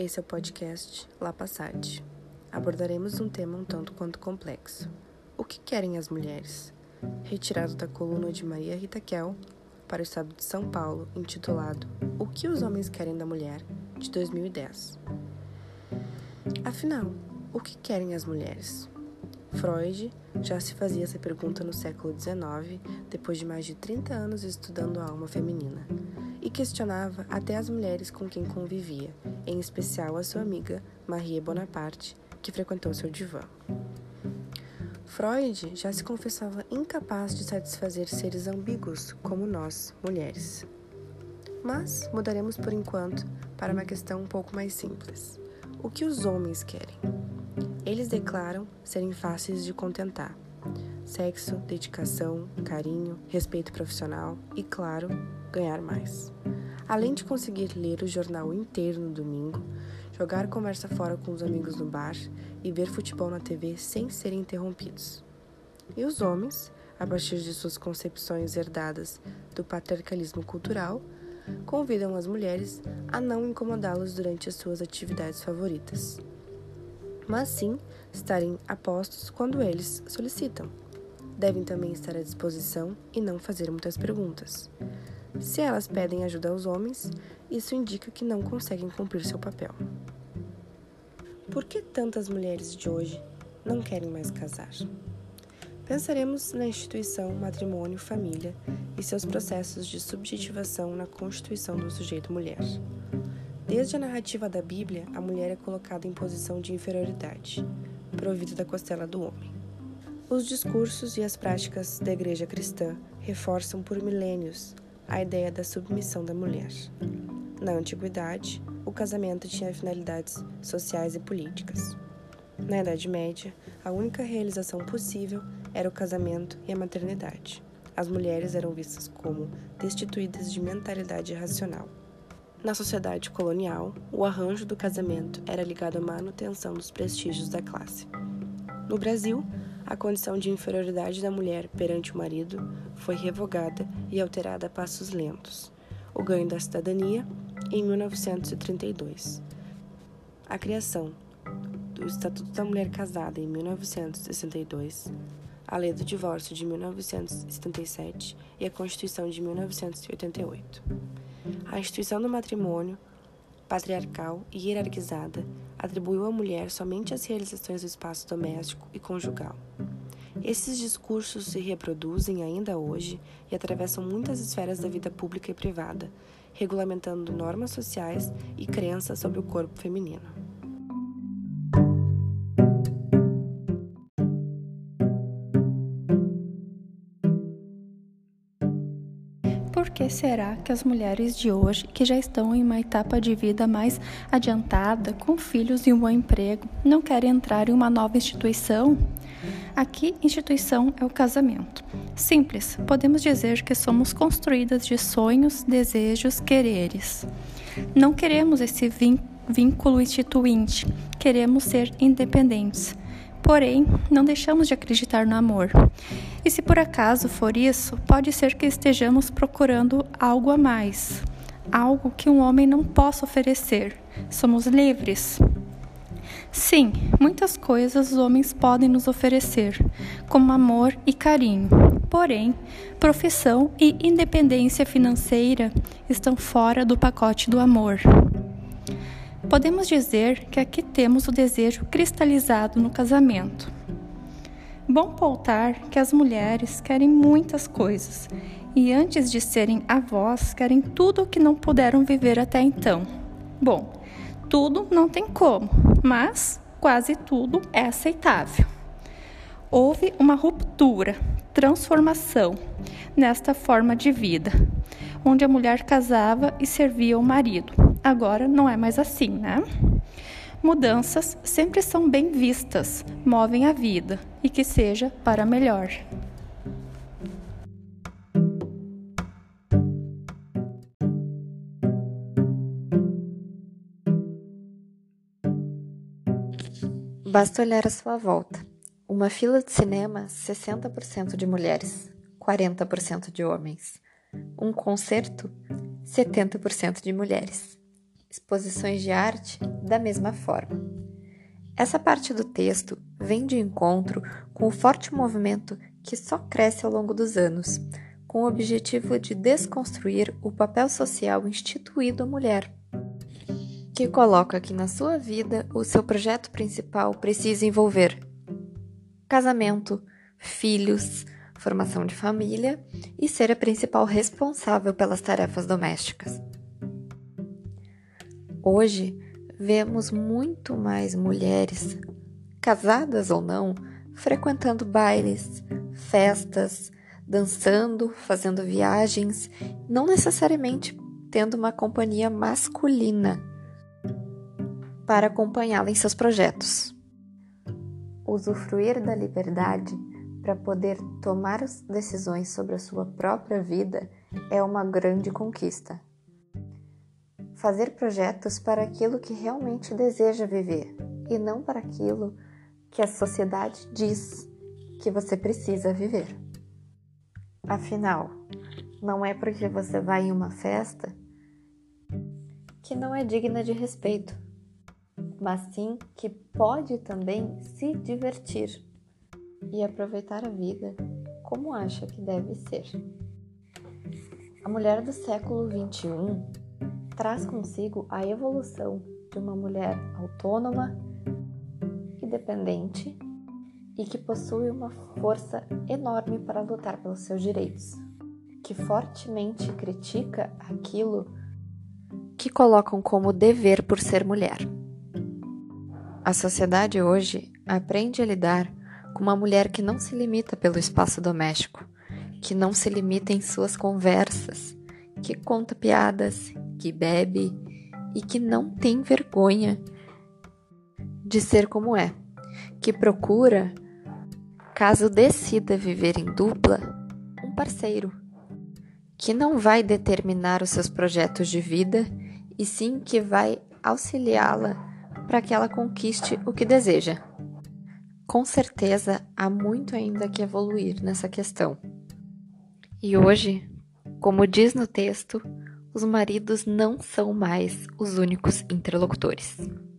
Esse é o podcast La Passade. Abordaremos um tema um tanto quanto complexo. O que querem as mulheres? Retirado da coluna de Maria Rita Kel para o estado de São Paulo, intitulado O que os homens querem da mulher, de 2010. Afinal, o que querem as mulheres? Freud já se fazia essa pergunta no século XIX, depois de mais de 30 anos estudando a alma feminina, e questionava até as mulheres com quem convivia, em especial a sua amiga Marie Bonaparte, que frequentou seu divã. Freud já se confessava incapaz de satisfazer seres ambíguos como nós, mulheres. Mas mudaremos por enquanto para uma questão um pouco mais simples. O que os homens querem? Eles declaram serem fáceis de contentar. Sexo, dedicação, carinho, respeito profissional e, claro, ganhar mais. Além de conseguir ler o jornal inteiro no domingo, jogar conversa fora com os amigos no bar e ver futebol na TV sem serem interrompidos. E os homens, a partir de suas concepções herdadas do patriarcalismo cultural, convidam as mulheres a não incomodá-los durante as suas atividades favoritas, mas sim estarem a postos quando eles solicitam. Devem também estar à disposição e não fazer muitas perguntas. Se elas pedem ajuda aos homens, isso indica que não conseguem cumprir seu papel. Por que tantas mulheres de hoje não querem mais casar? Pensaremos na instituição matrimônio-família e seus processos de subjetivação na constituição do sujeito mulher. Desde a narrativa da Bíblia, a mulher é colocada em posição de inferioridade, provida da costela do homem. Os discursos e as práticas da igreja cristã reforçam por milênios a ideia da submissão da mulher. Na antiguidade, o casamento tinha finalidades sociais e políticas. Na Idade Média, a única realização possível era o casamento e a maternidade. As mulheres eram vistas como destituídas de mentalidade racional. Na sociedade colonial, o arranjo do casamento era ligado à manutenção dos prestígios da classe. No Brasil, a condição de inferioridade da mulher perante o marido foi revogada e alterada a passos lentos. O ganho da cidadania em 1932. A criação do Estatuto da Mulher Casada em 1962, a Lei do Divórcio de 1977 e a Constituição de 1988. A instituição do matrimônio, patriarcal e hierarquizada, atribuiu à mulher somente as realizações do espaço doméstico e conjugal. Esses discursos se reproduzem ainda hoje e atravessam muitas esferas da vida pública e privada, regulamentando normas sociais e crenças sobre o corpo feminino. Por que será que as mulheres de hoje, que já estão em uma etapa de vida mais adiantada, com filhos e um bom emprego, não querem entrar em uma nova instituição? Aqui, instituição é o casamento. Simples, podemos dizer que somos construídas de sonhos, desejos, quereres. Não queremos esse vínculo instituinte, queremos ser independentes. Porém, não deixamos de acreditar no amor. E se por acaso for isso, pode ser que estejamos procurando algo a mais, algo que um homem não possa oferecer. Somos livres? Sim, muitas coisas os homens podem nos oferecer, como amor e carinho. Porém, profissão e independência financeira estão fora do pacote do amor. Podemos dizer que aqui temos o desejo cristalizado no casamento. Bom pautar que as mulheres querem muitas coisas e antes de serem avós querem tudo o que não puderam viver até então. Bom, tudo não tem como, mas quase tudo é aceitável. Houve uma ruptura, transformação nesta forma de vida, onde a mulher casava e servia o marido. Agora não é mais assim, né? Mudanças sempre são bem vistas, movem a vida e que seja para melhor. Basta olhar à sua volta. Uma fila de cinema, 60% de mulheres, 40% de homens. Um concerto, 70% de mulheres, exposições de arte da mesma forma. Essa parte do texto vem de encontro com o forte movimento que só cresce ao longo dos anos, com o objetivo de desconstruir o papel social instituído à mulher, que coloca que na sua vida o seu projeto principal precisa envolver casamento, filhos, formação de família e ser a principal responsável pelas tarefas domésticas. Hoje, vemos muito mais mulheres, casadas ou não, frequentando bailes, festas, dançando, fazendo viagens, não necessariamente tendo uma companhia masculina para acompanhá-la em seus projetos. Usufruir da liberdade para poder tomar as decisões sobre a sua própria vida é uma grande conquista. Fazer projetos para aquilo que realmente deseja viver e não para aquilo que a sociedade diz que você precisa viver. Afinal, não é porque você vai em uma festa que não é digna de respeito, mas sim que pode também se divertir e aproveitar a vida como acha que deve ser. A mulher do século XXI traz consigo a evolução de uma mulher autônoma, independente e que possui uma força enorme para lutar pelos seus direitos, que fortemente critica aquilo que colocam como dever por ser mulher. A sociedade hoje aprende a lidar com uma mulher que não se limita pelo espaço doméstico, que não se limita em suas conversas, que conta piadas, que bebe e que não tem vergonha de ser como é, que procura, caso decida viver em dupla, um parceiro, que não vai determinar os seus projetos de vida e sim que vai auxiliá-la para que ela conquiste o que deseja. Com certeza, há muito ainda que evoluir nessa questão. E hoje, como diz no texto, os maridos não são mais os únicos interlocutores.